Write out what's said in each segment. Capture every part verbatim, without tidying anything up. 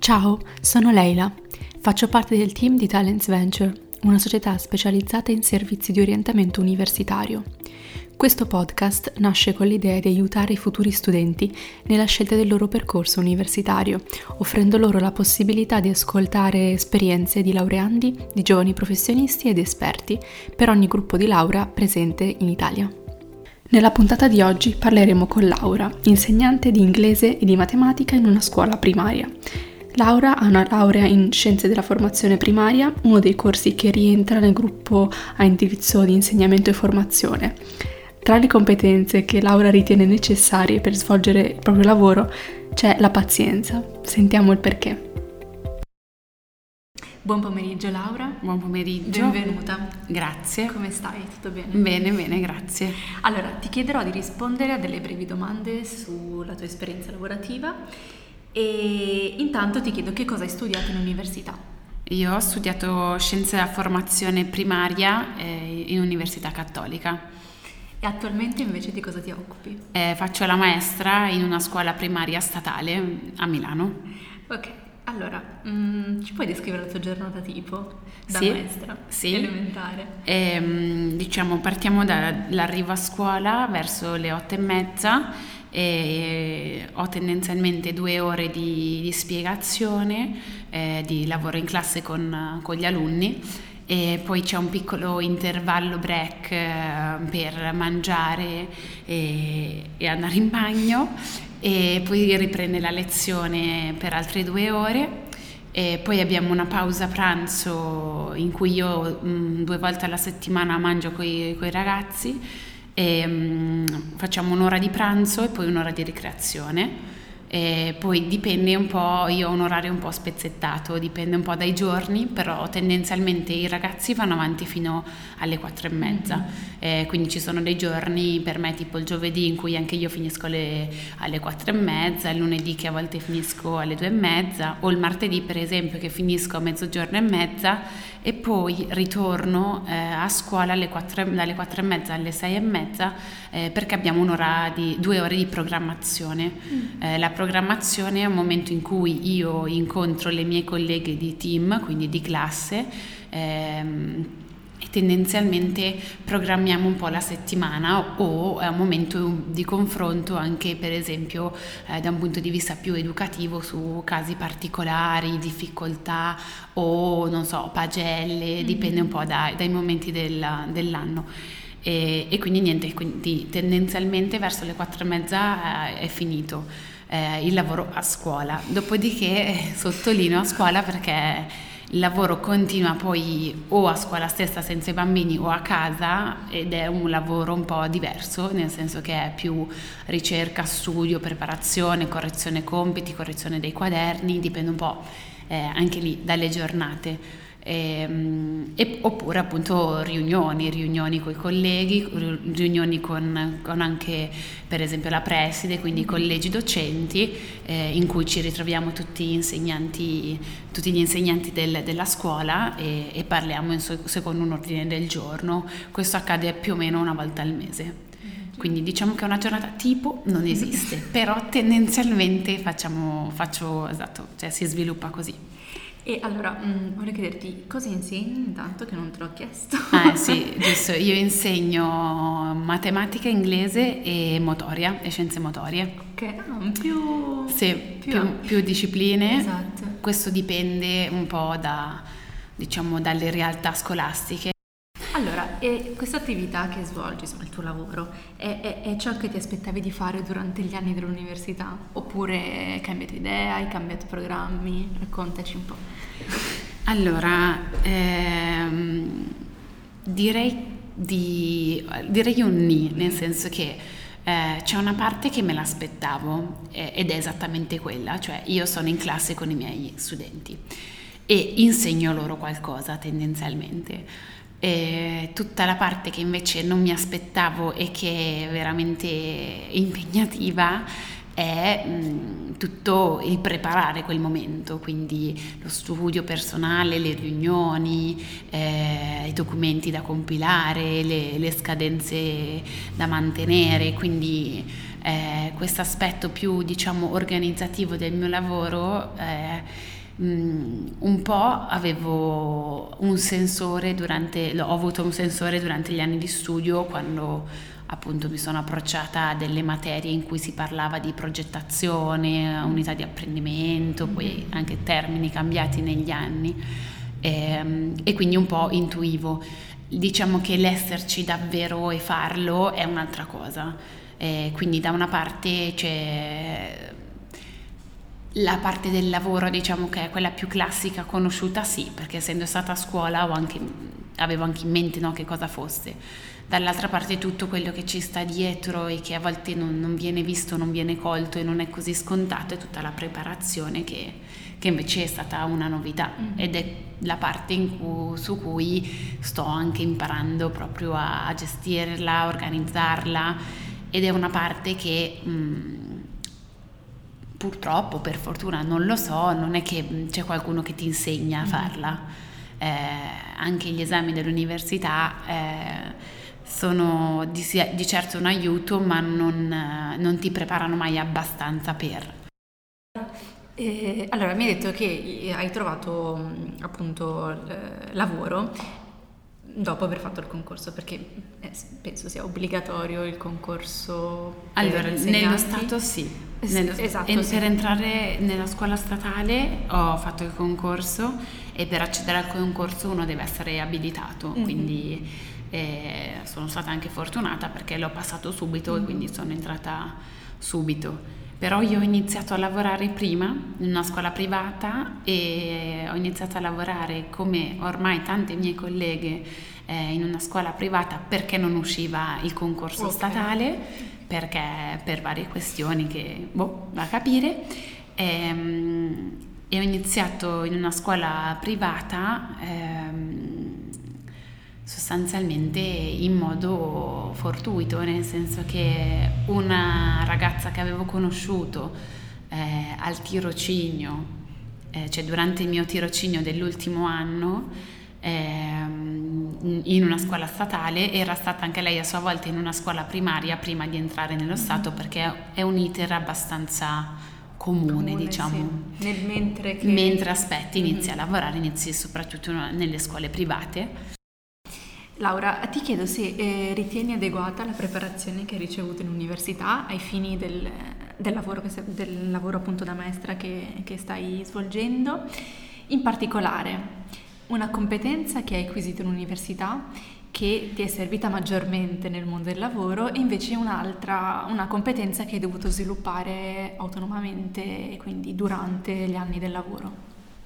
Ciao, sono Leila. Faccio parte del team di Talents Venture, una società specializzata in servizi di orientamento universitario. Questo podcast nasce con l'idea di aiutare i futuri studenti nella scelta del loro percorso universitario, offrendo loro la possibilità di ascoltare esperienze di laureandi, di giovani professionisti ed esperti per ogni gruppo di laurea presente in Italia. Nella puntata di oggi parleremo con Laura, insegnante di inglese e di matematica in una scuola primaria. Laura ha una laurea in Scienze della Formazione Primaria, uno dei corsi che rientra nel gruppo a indirizzo di insegnamento e formazione. Tra le competenze che Laura ritiene necessarie per svolgere il proprio lavoro c'è la pazienza. Sentiamo il perché. Buon pomeriggio Laura. Buon pomeriggio. Benvenuta. Grazie. Come stai? Tutto bene? Bene, bene, grazie. Allora, ti chiederò di rispondere a delle brevi domande sulla tua esperienza lavorativa e intanto ti chiedo che cosa hai studiato in università. Io ho studiato Scienze della Formazione Primaria eh, in Università Cattolica. E attualmente invece di cosa ti occupi? Eh, faccio la maestra in una scuola primaria statale a Milano. Ok, allora, mm, ci puoi descrivere la tua giornata tipo da Sì, maestra sì. elementare? Ehm, diciamo, partiamo dall'arrivo a scuola verso le otto e mezza e ho tendenzialmente due ore di, di spiegazione, eh, di lavoro in classe con, con gli alunni. E poi c'è un piccolo intervallo break eh, per mangiare e, e andare in bagno, e poi riprende la lezione per altre due ore e poi abbiamo una pausa pranzo in cui io mh, due volte alla settimana mangio coi, coi ragazzi e mh, facciamo un'ora di pranzo e poi un'ora di ricreazione. E poi dipende un po', io ho un orario un po' spezzettato, dipende un po' dai giorni, però tendenzialmente i ragazzi vanno avanti fino alle quattro e mezza, mm-hmm. eh, quindi ci sono dei giorni per me tipo il giovedì in cui anche io finisco alle, alle quattro e mezza, il lunedì che a volte finisco alle due e mezza, o il martedì per esempio che finisco a mezzogiorno e mezza e poi ritorno eh, a scuola alle quattro, dalle quattro e mezza alle sei e mezza eh, perché abbiamo un'ora di due ore di programmazione. Mm. Eh, la programmazione è un momento in cui io incontro le mie colleghe di team, quindi di classe, ehm, e tendenzialmente programmiamo un po' la settimana, o è un momento di confronto anche per esempio eh, da un punto di vista più educativo su casi particolari, difficoltà o non so, pagelle, mm-hmm. dipende un po' dai, dai momenti del, dell'anno. E, e quindi niente, quindi tendenzialmente verso le quattro e mezza eh, è finito eh, il lavoro a scuola, dopodiché eh, sottolineo a scuola perché il lavoro continua poi o a scuola stessa senza i bambini o a casa, ed è un lavoro un po' diverso, nel senso che è più ricerca, studio, preparazione, correzione compiti, correzione dei quaderni, dipende un po' eh, anche lì dalle giornate. E, e, oppure appunto riunioni, riunioni con i colleghi, riunioni con, con anche per esempio la preside, quindi i collegi docenti eh, in cui ci ritroviamo tutti gli insegnanti, tutti gli insegnanti del, della scuola e, e parliamo in so, secondo un ordine del giorno. Questo accade più o meno una volta al mese. Quindi diciamo che una giornata tipo non esiste, però tendenzialmente facciamo, faccio, esatto, cioè si sviluppa così. E allora, mh, vorrei chiederti cosa insegni intanto, che non te l'ho chiesto. Ah sì, giusto, io insegno matematica, inglese e motoria, e scienze motorie. Ok, ah, più... Sì, più, più, più discipline. Esatto. Questo dipende un po' da, diciamo, dalle realtà scolastiche. Allora, e questa attività che svolgi, insomma il tuo lavoro, è, è, è ciò che ti aspettavi di fare durante gli anni dell'università? Oppure hai cambiato idea, hai cambiato programmi? Raccontaci un po'. Allora, ehm, direi, di, direi un ni, nel senso che eh, c'è una parte che me l'aspettavo eh, ed è esattamente quella, cioè io sono in classe con i miei studenti e insegno loro qualcosa tendenzialmente. E tutta la parte che invece non mi aspettavo e che è veramente impegnativa è mh, tutto il preparare quel momento, quindi lo studio personale, le riunioni, eh, i documenti da compilare, le, le scadenze da mantenere, quindi eh, questo aspetto più, diciamo, organizzativo del mio lavoro, eh, mh, un po' avevo un sensore durante, ho avuto un sensore durante gli anni di studio, quando appunto mi sono approcciata a delle materie in cui si parlava di progettazione, unità di apprendimento, poi anche termini cambiati negli anni, e, e quindi un po' intuivo. Diciamo che l'esserci davvero e farlo è un'altra cosa, e quindi da una parte c'è la parte del lavoro, diciamo, che è quella più classica, conosciuta, sì, perché essendo stata a scuola ho anche, avevo anche in mente, no, che cosa fosse. Dall'altra parte tutto quello che ci sta dietro e che a volte non, non viene visto, non viene colto e non è così scontato, è tutta la preparazione che, che invece è stata una novità, mm. ed è la parte in cui, su cui sto anche imparando proprio a, a gestirla, organizzarla, ed è una parte che mh, purtroppo, per fortuna, non lo so, non è che c'è qualcuno che ti insegna a farla. Eh, anche gli esami dell'università eh, sono di, di certo un aiuto, ma non, non ti preparano mai abbastanza per. Eh, allora, mi hai detto che hai trovato appunto eh, lavoro dopo aver fatto il concorso, perché eh, penso sia obbligatorio il concorso. Allora, nello Stato sì. Nello, esatto, e sì. Per entrare nella scuola statale ho fatto il concorso, e per accedere al concorso uno deve essere abilitato, mm-hmm. quindi eh, sono stata anche fortunata perché l'ho passato subito, mm-hmm. e quindi sono entrata subito. Però io ho iniziato a lavorare prima in una scuola privata, e ho iniziato a lavorare come ormai tante mie colleghe eh, in una scuola privata perché non usciva il concorso okay. statale, perché per varie questioni che boh, da capire, e, e ho iniziato in una scuola privata ehm, sostanzialmente in modo fortuito, nel senso che una ragazza che avevo conosciuto eh, al tirocinio, eh, cioè durante il mio tirocinio dell'ultimo anno eh, in una scuola statale, era stata anche lei a sua volta in una scuola primaria prima di entrare nello Stato, perché è un iter abbastanza comune, comune diciamo. Sì. Nel mentre che... mentre aspetti, inizi mm-hmm. a lavorare, inizi soprattutto nelle scuole private. Laura, ti chiedo se eh, ritieni adeguata la preparazione che hai ricevuto in università ai fini del, del, lavoro, che, del lavoro appunto da maestra che, che stai svolgendo. In particolare, una competenza che hai acquisito in università che ti è servita maggiormente nel mondo del lavoro, e invece un'altra, una competenza che hai dovuto sviluppare autonomamente, quindi durante gli anni del lavoro.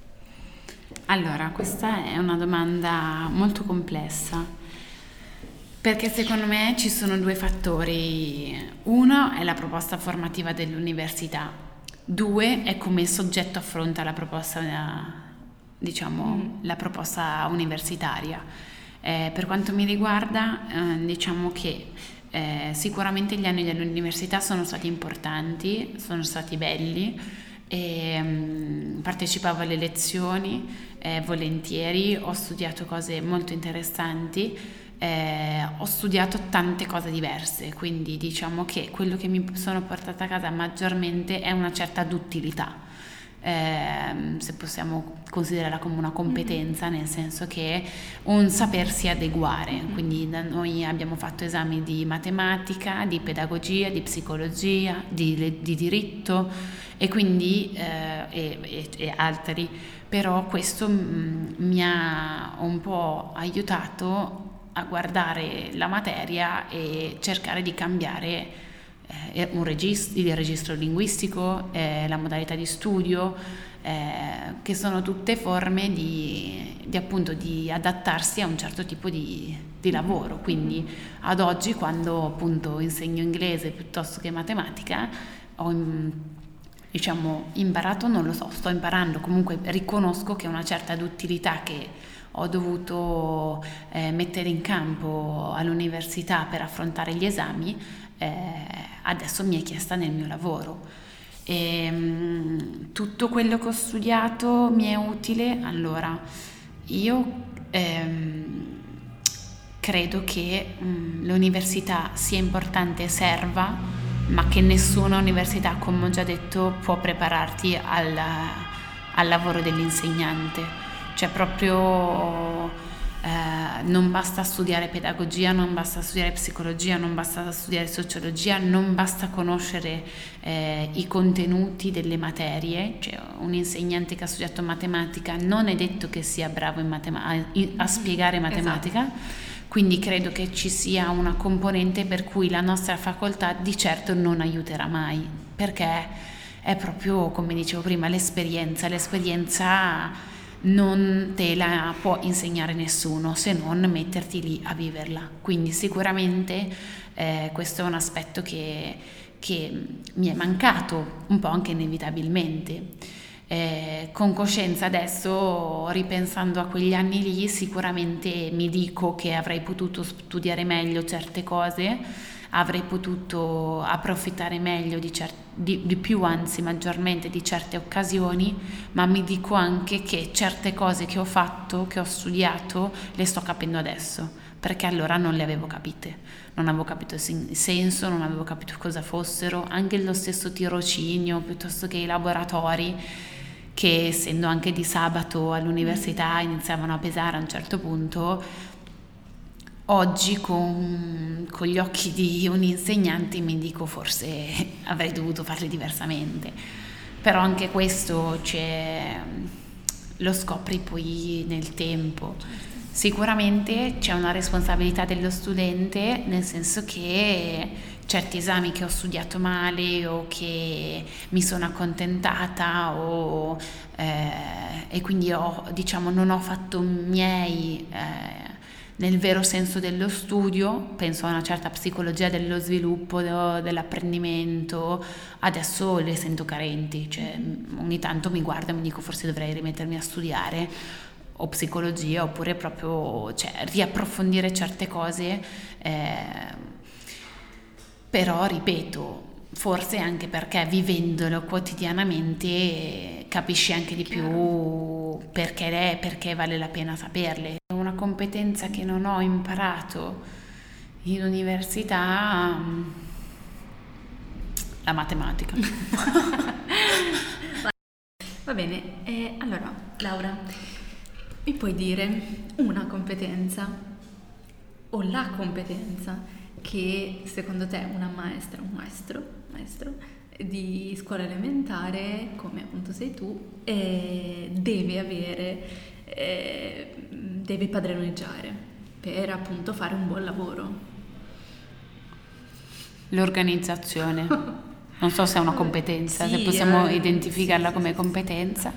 Allora, questa è una domanda molto complessa, perché secondo me ci sono due fattori. Uno è la proposta formativa dell'università, due è come il soggetto affronta la proposta, diciamo, mm. la proposta universitaria. Eh, per quanto mi riguarda, eh, diciamo che eh, sicuramente gli anni dell'università sono stati importanti, sono stati belli, e um, partecipavo alle lezioni eh, volentieri, ho studiato cose molto interessanti, eh, ho studiato tante cose diverse, quindi diciamo che quello che mi sono portata a casa maggiormente è una certa duttilità, eh, se possiamo considerarla come una competenza, nel senso che un sapersi adeguare. Quindi da noi abbiamo fatto esami di matematica, di pedagogia, di psicologia, di, di diritto, e quindi eh, e, e, e altri, però questo mh, mi ha un po' aiutato a guardare la materia e cercare di cambiare eh, un registro, il registro linguistico, eh, la modalità di studio, eh, che sono tutte forme di, di appunto di adattarsi a un certo tipo di, di lavoro. Quindi ad oggi, quando appunto insegno inglese piuttosto che matematica, ho diciamo imparato, non lo so, sto imparando, comunque riconosco che una certa duttilità che ho dovuto eh, mettere in campo all'università per affrontare gli esami eh, adesso mi è chiesta nel mio lavoro. E, mh, tutto quello che ho studiato mi è utile. Allora, io ehm, credo che mh, l'università sia importante e serva ma che nessuna università, come ho già detto, può prepararti al, al lavoro dell'insegnante. Cioè proprio eh, non basta studiare pedagogia, non basta studiare psicologia, non basta studiare sociologia, non basta conoscere eh, i contenuti delle materie. Cioè un insegnante che ha studiato matematica non è detto che sia bravo in matema- a, a spiegare matematica. Esatto. Quindi credo che ci sia una componente per cui la nostra facoltà di certo non aiuterà mai, perché è proprio, come dicevo prima, l'esperienza. L'esperienza non te la può insegnare nessuno se non metterti lì a viverla. Quindi sicuramente eh, questo è un aspetto che, che mi è mancato un po' anche inevitabilmente. Eh, con coscienza adesso, ripensando a quegli anni lì, sicuramente mi dico che avrei potuto studiare meglio certe cose, avrei potuto approfittare meglio di, cer- di, di più, anzi maggiormente, di certe occasioni, ma mi dico anche che certe cose che ho fatto, che ho studiato, le sto capendo adesso, perché allora non le avevo capite, non avevo capito il senso, non avevo capito cosa fossero, anche lo stesso tirocinio piuttosto che i laboratori, che essendo anche di sabato all'università iniziavano a pesare a un certo punto. Oggi con, con gli occhi di un insegnante mi dico forse avrei dovuto farli diversamente, però anche questo c'è, lo scopri poi nel tempo. Sicuramente c'è una responsabilità dello studente, nel senso che certi esami che ho studiato male o che mi sono accontentata o, eh, e quindi ho, diciamo, non ho fatto miei eh, nel vero senso dello studio, penso a una certa psicologia dello sviluppo, dell'apprendimento, adesso le sento carenti, cioè ogni tanto mi guardo e mi dico forse dovrei rimettermi a studiare o psicologia, oppure proprio, cioè, riapprofondire certe cose, eh, però ripeto, forse anche perché vivendolo quotidianamente capisci anche di più perché, perché vale la pena saperle. Una competenza che non ho imparato in università, la matematica. Va bene, eh, allora Laura, mi puoi dire una competenza o la competenza che secondo te una maestra, un maestro, maestro di scuola elementare, come appunto sei tu, eh, deve avere, eh, deve padroneggiare per appunto fare un buon lavoro? L'organizzazione. Non so se è una competenza, sì, se possiamo eh, identificarla sì, come sì, competenza.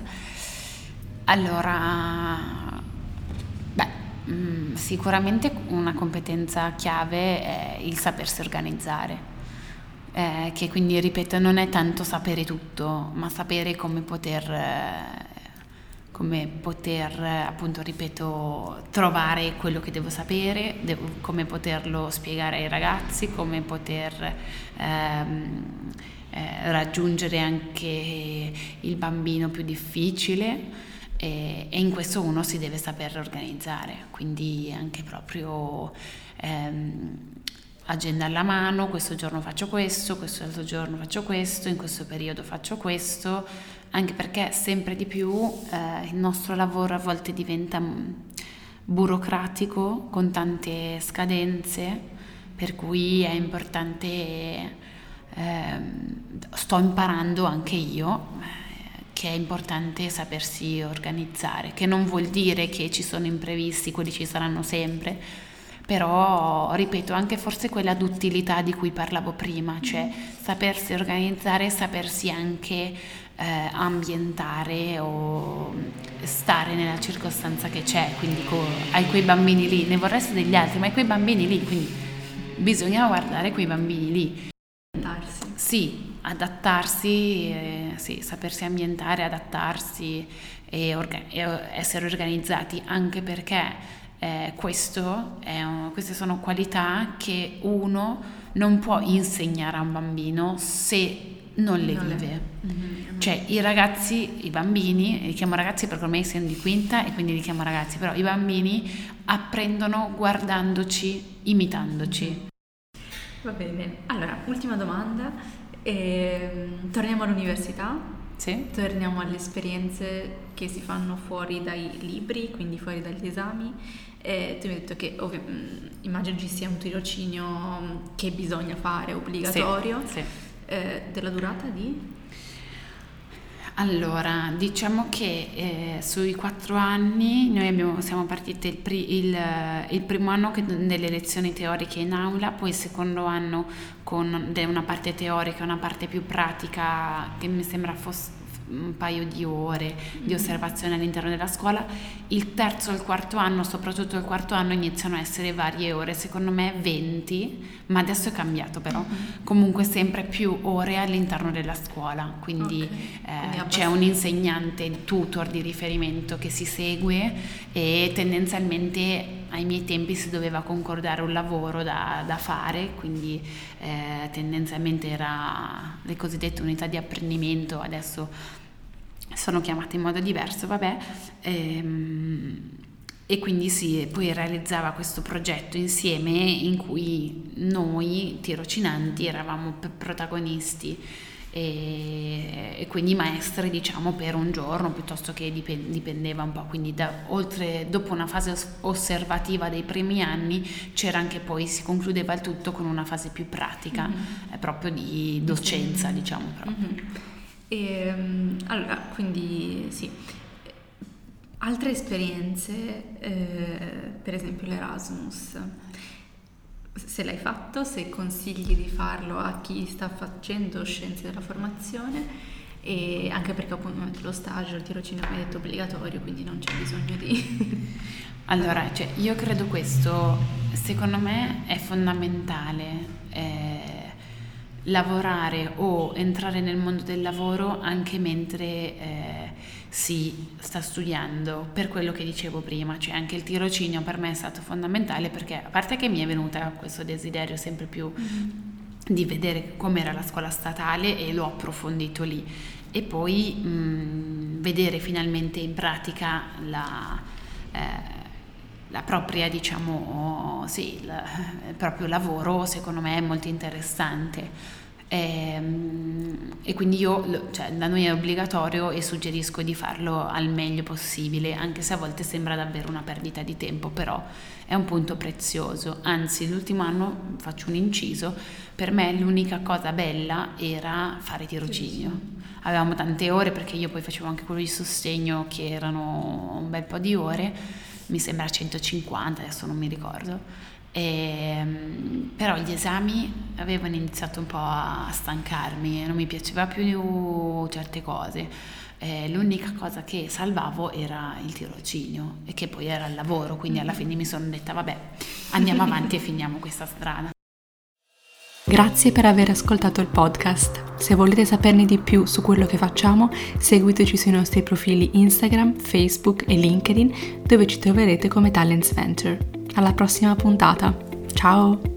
Allora, beh, mh, sicuramente una competenza chiave è il sapersi organizzare, eh, che quindi, ripeto, non è tanto sapere tutto, ma sapere come poter, eh, come poter, appunto, ripeto, trovare quello che devo sapere, devo, come poterlo spiegare ai ragazzi, come poter ehm, eh, raggiungere anche il bambino più difficile. E, e in questo uno si deve saper organizzare, quindi anche proprio ehm, agenda alla mano, questo giorno faccio questo, questo altro giorno faccio questo, in questo periodo faccio questo, anche perché sempre di più eh, il nostro lavoro a volte diventa burocratico, con tante scadenze, per cui è importante, eh, sto imparando anche io, che è importante sapersi organizzare, che non vuol dire che ci sono imprevisti, quelli ci saranno sempre, però, ripeto, anche forse quella d'utilità di cui parlavo prima, cioè sapersi organizzare, sapersi anche eh, ambientare o stare nella circostanza che c'è, quindi co- hai quei bambini lì, ne vorresti degli altri, ma hai quei bambini lì, quindi bisogna guardare quei bambini lì. Adattarsi. Sì, adattarsi, eh, sì, sapersi ambientare, adattarsi e, orga- e essere organizzati, anche perché eh, questo è un, queste sono qualità che uno non può insegnare a un bambino se non le non vive. Le... Mm-hmm. Cioè i ragazzi, i bambini, li chiamo ragazzi perché ormai sono di quinta e quindi li chiamo ragazzi, però i bambini apprendono guardandoci, imitandoci. Mm-hmm. Va bene, allora, ultima domanda. Ehm, torniamo all'università, Sì? torniamo alle esperienze che si fanno fuori dai libri, quindi fuori dagli esami. Eh, tu mi hai detto che ovvi- mh, immagino ci sia un tirocinio mh, che bisogna fare, obbligatorio, Sì, sì. eh, della durata di? Allora, diciamo che eh, sui quattro anni noi abbiamo, siamo partite il, pri- il, eh, il primo anno che- delle lezioni teoriche in aula, poi il secondo anno con de- una parte teorica e una parte più pratica che mi sembra fosse un paio di ore di osservazione all'interno della scuola. Il terzo e il quarto anno, soprattutto il quarto anno, iniziano a essere varie ore, secondo me venti, ma adesso è cambiato però, Mhm. comunque sempre più ore all'interno della scuola, quindi Ok, eh, quindi c'è abbastanza- un insegnante, il tutor di riferimento che si segue e tendenzialmente ai miei tempi si doveva concordare un lavoro da, da fare, quindi eh, tendenzialmente era le cosiddette unità di apprendimento, adesso sono chiamate in modo diverso, vabbè, ehm, e quindi si poi realizzava questo progetto insieme in cui noi tirocinanti eravamo p- protagonisti e, e quindi maestri, diciamo, per un giorno, piuttosto che dipen- dipendeva un po', quindi da, oltre, dopo una fase os- osservativa dei primi anni c'era anche poi, si concludeva il tutto con una fase più pratica, Mhm. eh, proprio di docenza, diciamo proprio. Mhm. E, mm, allora, quindi sì. Altre esperienze, eh, per esempio l'Erasmus, se l'hai fatto, se consigli di farlo a chi sta facendo scienze della formazione, e anche perché appunto lo stage, il tirocinio come hai detto è obbligatorio, quindi non c'è bisogno di... Allora, cioè, io credo questo, secondo me è fondamentale eh, lavorare o entrare nel mondo del lavoro anche mentre eh, si sta studiando, per quello che dicevo prima, cioè anche il tirocinio per me è stato fondamentale perché a parte che mi è venuta questo desiderio sempre più di vedere com'era la scuola statale e l'ho approfondito lì e poi mh, vedere finalmente in pratica la... Eh, la propria, diciamo, sì, il, il proprio lavoro secondo me è molto interessante e, e quindi io, cioè da noi è obbligatorio e suggerisco di farlo al meglio possibile, anche se a volte sembra davvero una perdita di tempo, però è un punto prezioso, anzi l'ultimo anno, faccio un inciso, per me l'unica cosa bella era fare tirocinio. Avevamo tante ore perché io poi facevo anche quello di sostegno che erano un bel po' di ore, mi sembra centocinquanta, adesso non mi ricordo, e, però gli esami avevano iniziato un po' a stancarmi, non mi piaceva più certe cose, e l'unica cosa che salvavo era il tirocinio e che poi era il lavoro, quindi alla fine mi sono detta vabbè, andiamo avanti e finiamo questa strada. Grazie per aver ascoltato il podcast. Se volete saperne di più su quello che facciamo, seguiteci sui nostri profili Instagram, Facebook e LinkedIn, dove ci troverete come Talents Venture. Alla prossima puntata. Ciao!